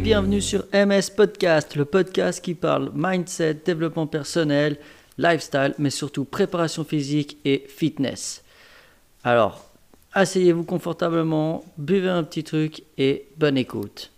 bienvenue sur MS Podcast, le podcast qui parle mindset, développement personnel, lifestyle, mais surtout préparation physique et fitness. Alors, asseyez-vous confortablement, buvez un petit truc et bonne écoute.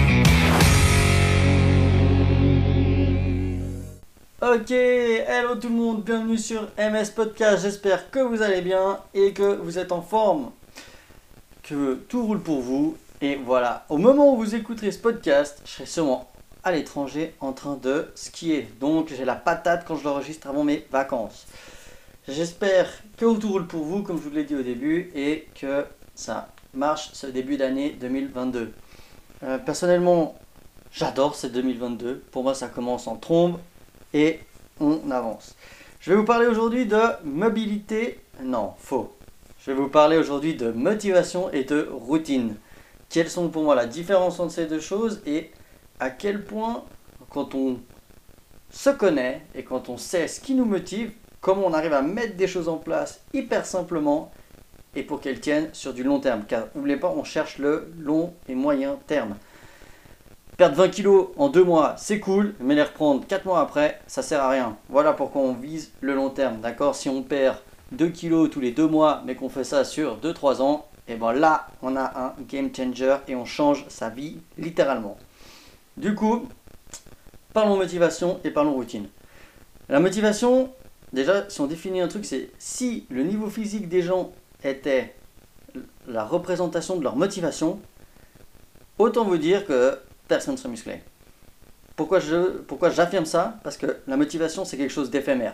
Ok, hello tout le monde, bienvenue sur MS Podcast, j'espère que vous allez bien et que vous êtes en forme, que tout roule pour vous. Et voilà, au moment où vous écouterez ce podcast, je serai sûrement à l'étranger en train de skier. Donc j'ai la patate quand je l'enregistre avant mes vacances. J'espère que tout roule pour vous, comme je vous l'ai dit au début, et que ça marche ce début d'année 2022. Personnellement, j'adore ce 2022. Pour moi, ça commence en trombe et on avance. Je vais vous parler aujourd'hui de mobilité. Non, faux. Je vais vous parler aujourd'hui de motivation et de routine. Quelles sont pour moi la différence entre ces deux choses et à quel point, quand on se connaît et quand on sait ce qui nous motive, comment on arrive à mettre des choses en place hyper simplement et pour qu'elles tiennent sur du long terme. Car n'oubliez pas, on cherche le long et moyen terme. Perdre 20 kilos en 2 mois, c'est cool, mais les reprendre 4 mois après, ça sert à rien. Voilà pourquoi on vise le long terme. D'accord ? Si on perd 2 kilos tous les 2 mois, mais qu'on fait ça sur 2-3 ans, et bien là, on a un game changer et on change sa vie littéralement. Du coup, parlons motivation et parlons routine. La motivation, déjà, si on définit un truc, c'est si le niveau physique des gens était la représentation de leur motivation, autant vous dire que personne ne serait musclé. Pourquoi j'affirme ça ? Parce que la motivation, c'est quelque chose d'éphémère.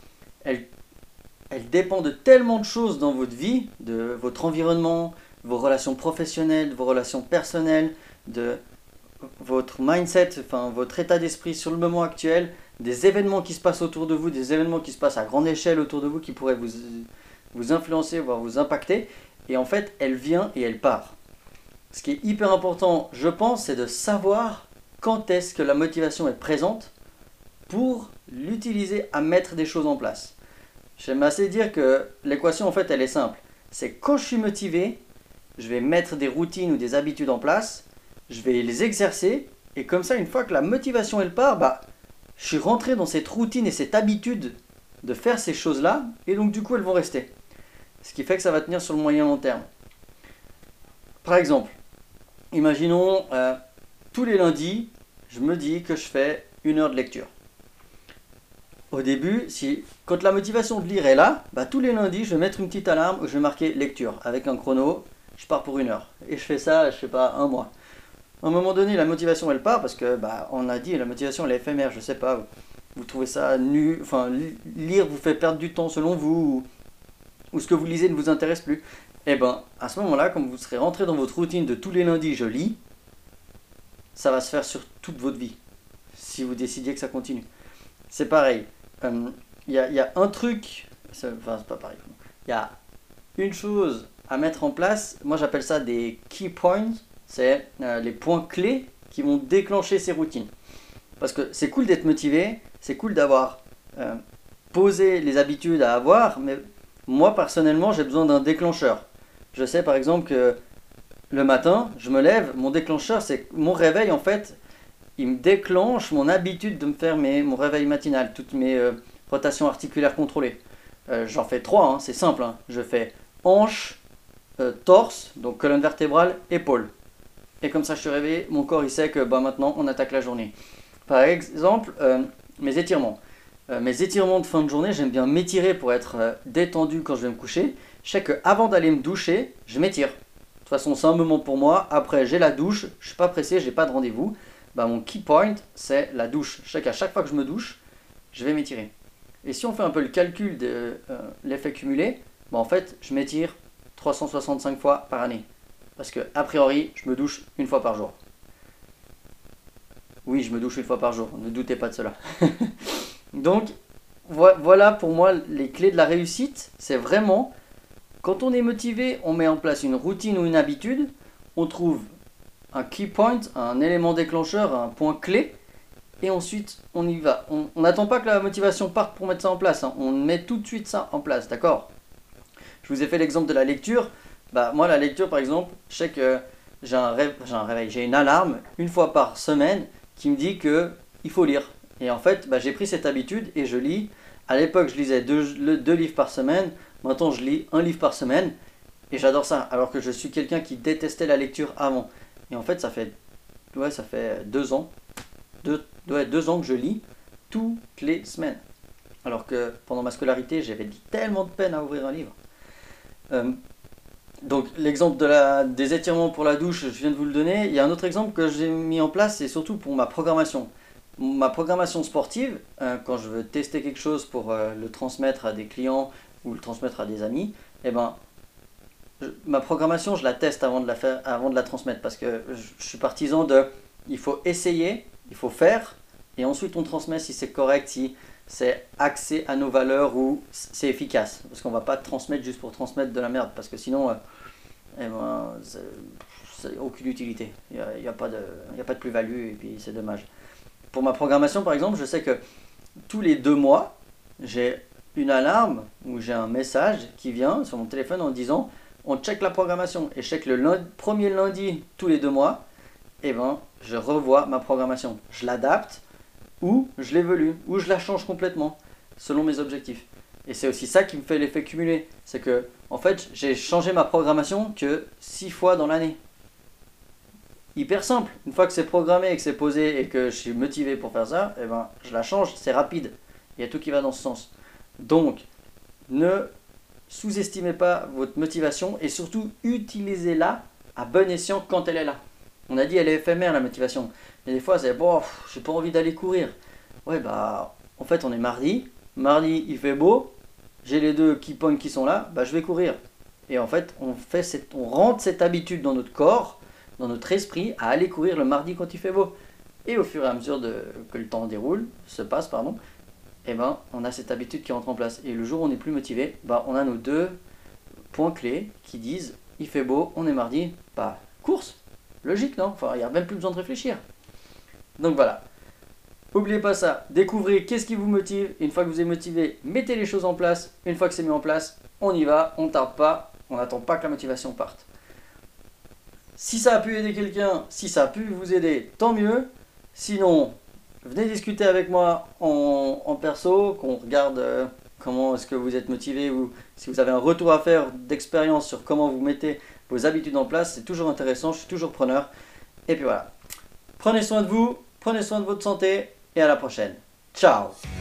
Elle dépend de tellement de choses dans votre vie, de votre environnement, vos relations professionnelles, de vos relations personnelles, de votre mindset, enfin votre état d'esprit sur le moment actuel, des événements qui se passent autour de vous, des événements qui se passent à grande échelle autour de vous qui pourraient vous influencer, voire vous impacter. Et en fait, elle vient et elle part. Ce qui est hyper important, je pense, c'est de savoir quand est-ce que la motivation est présente pour l'utiliser à mettre des choses en place. J'aime assez dire que l'équation, en fait, elle est simple. C'est quand je suis motivé, je vais mettre des routines ou des habitudes en place, je vais les exercer, et comme ça, une fois que la motivation, elle part, je suis rentré dans cette routine et cette habitude de faire ces choses-là, et donc du coup, elles vont rester. Ce qui fait que ça va tenir sur le moyen long terme. Par exemple, imaginons, tous les lundis, je me dis que je fais 1 heure de lecture. Au début, quand la motivation de lire est là, tous les lundis, je vais mettre une petite alarme où je vais marquer lecture. Avec un chrono, je pars pour 1 heure. Et je fais ça, je sais pas, 1 mois. À un moment donné, la motivation, elle part parce que, on a dit, la motivation, elle est éphémère. Je sais pas, vous trouvez ça nu, enfin, lire vous fait perdre du temps selon vous, ou ce que vous lisez ne vous intéresse plus. Et à ce moment-là, comme vous serez rentré dans votre routine de tous les lundis, je lis, ça va se faire sur toute votre vie. Si vous décidiez que ça continue. C'est pareil. Il y a un truc, c'est pas pareil. Il y a une chose à mettre en place, moi j'appelle ça des key points, c'est les points clés qui vont déclencher ces routines. Parce que c'est cool d'être motivé, c'est cool d'avoir posé les habitudes à avoir, mais moi personnellement j'ai besoin d'un déclencheur. Je sais par exemple que le matin, je me lève, mon déclencheur c'est mon réveil en fait. Il me déclenche mon habitude de me faire mon réveil matinal, toutes mes rotations articulaires contrôlées. J'en fais 3, c'est simple. Je fais hanche, torse, donc colonne vertébrale, épaule. Et comme ça je suis réveillé, mon corps il sait que maintenant on attaque la journée. Par exemple, mes étirements. Mes étirements de fin de journée, j'aime bien m'étirer pour être détendu quand je vais me coucher. Je sais qu'avant d'aller me doucher, je m'étire. De toute façon c'est un moment pour moi, après j'ai la douche, je ne suis pas pressé, je n'ai pas de rendez-vous. Mon key point, c'est la douche. Je sais qu'à chaque fois que je me douche, je vais m'étirer. Et si on fait un peu le calcul de l'effet cumulé, en fait, je m'étire 365 fois par année. Parce que, a priori, je me douche 1 fois par jour. Oui, je me douche 1 fois par jour, ne doutez pas de cela. Donc, voilà pour moi les clés de la réussite. C'est vraiment, quand on est motivé, on met en place une routine ou une habitude, on trouve un key point, un élément déclencheur, un point clé, et ensuite on y va. On n'attend pas que la motivation parte pour mettre ça en place, on met tout de suite ça en place, d'accord ? Je vous ai fait l'exemple de la lecture. Moi la lecture par exemple, je sais que j'ai une alarme une fois par semaine qui me dit que il faut lire. Et en fait, j'ai pris cette habitude et je lis. À l'époque, je lisais deux livres par semaine. Maintenant, je lis un livre par semaine. Et j'adore ça. Alors que je suis quelqu'un qui détestait la lecture avant. Et en fait, ça fait 2 ans. 2 ans que je lis toutes les semaines. Alors que pendant ma scolarité, j'avais tellement de peine à ouvrir un livre. Donc l'exemple des étirements pour la douche, je viens de vous le donner. Il y a un autre exemple que j'ai mis en place, c'est surtout pour ma programmation. Ma programmation sportive, quand je veux tester quelque chose pour le transmettre à des clients ou le transmettre à des amis, ma programmation, je la teste avant de la transmettre parce que je suis partisan il faut essayer, il faut faire et ensuite on transmet si c'est correct, si c'est axé à nos valeurs ou c'est efficace. Parce qu'on ne va pas transmettre juste pour transmettre de la merde parce que sinon, c'est aucune utilité. Il n'y a pas de plus-value et puis c'est dommage. Pour ma programmation par exemple, je sais que tous les 2 mois, j'ai une alarme ou j'ai un message qui vient sur mon téléphone en disant on check la programmation et je sais que le premier lundi tous les 2 mois, je revois ma programmation. Je l'adapte ou je l'évolue ou je la change complètement selon mes objectifs. Et c'est aussi ça qui me fait l'effet cumulé. C'est que en fait, j'ai changé ma programmation que 6 fois dans l'année. Hyper simple. Une fois que c'est programmé et que c'est posé et que je suis motivé pour faire ça, je la change, c'est rapide. Il y a tout qui va dans ce sens. Donc, ne sous-estimez pas votre motivation et surtout utilisez-la à bon escient quand elle est là. On a dit elle est éphémère la motivation. Mais des fois c'est bon, j'ai pas envie d'aller courir. Ouais en fait on est mardi. Mardi il fait beau. J'ai les 2 key points qui sont là. Je vais courir. Et en fait on rentre cette habitude dans notre corps, dans notre esprit à aller courir le mardi quand il fait beau. Et au fur et à mesure que le temps passe, on a cette habitude qui rentre en place. Et le jour où on n'est plus motivé, on a nos 2 points clés qui disent il fait beau, on est mardi, course. Logique, non? Enfin, il n'y a même plus besoin de réfléchir. Donc voilà. N'oubliez pas ça. Découvrez qu'est-ce qui vous motive. Et une fois que vous êtes motivé, mettez les choses en place. Une fois que c'est mis en place, on y va. On ne tarde pas. On n'attend pas que la motivation parte. Si ça a pu aider quelqu'un, si ça a pu vous aider, tant mieux. Sinon, venez discuter avec moi en perso, qu'on regarde comment est-ce que vous êtes motivé ou si vous avez un retour à faire d'expérience sur comment vous mettez vos habitudes en place, c'est toujours intéressant, je suis toujours preneur. Et puis voilà. Prenez soin de vous, prenez soin de votre santé et à la prochaine. Ciao!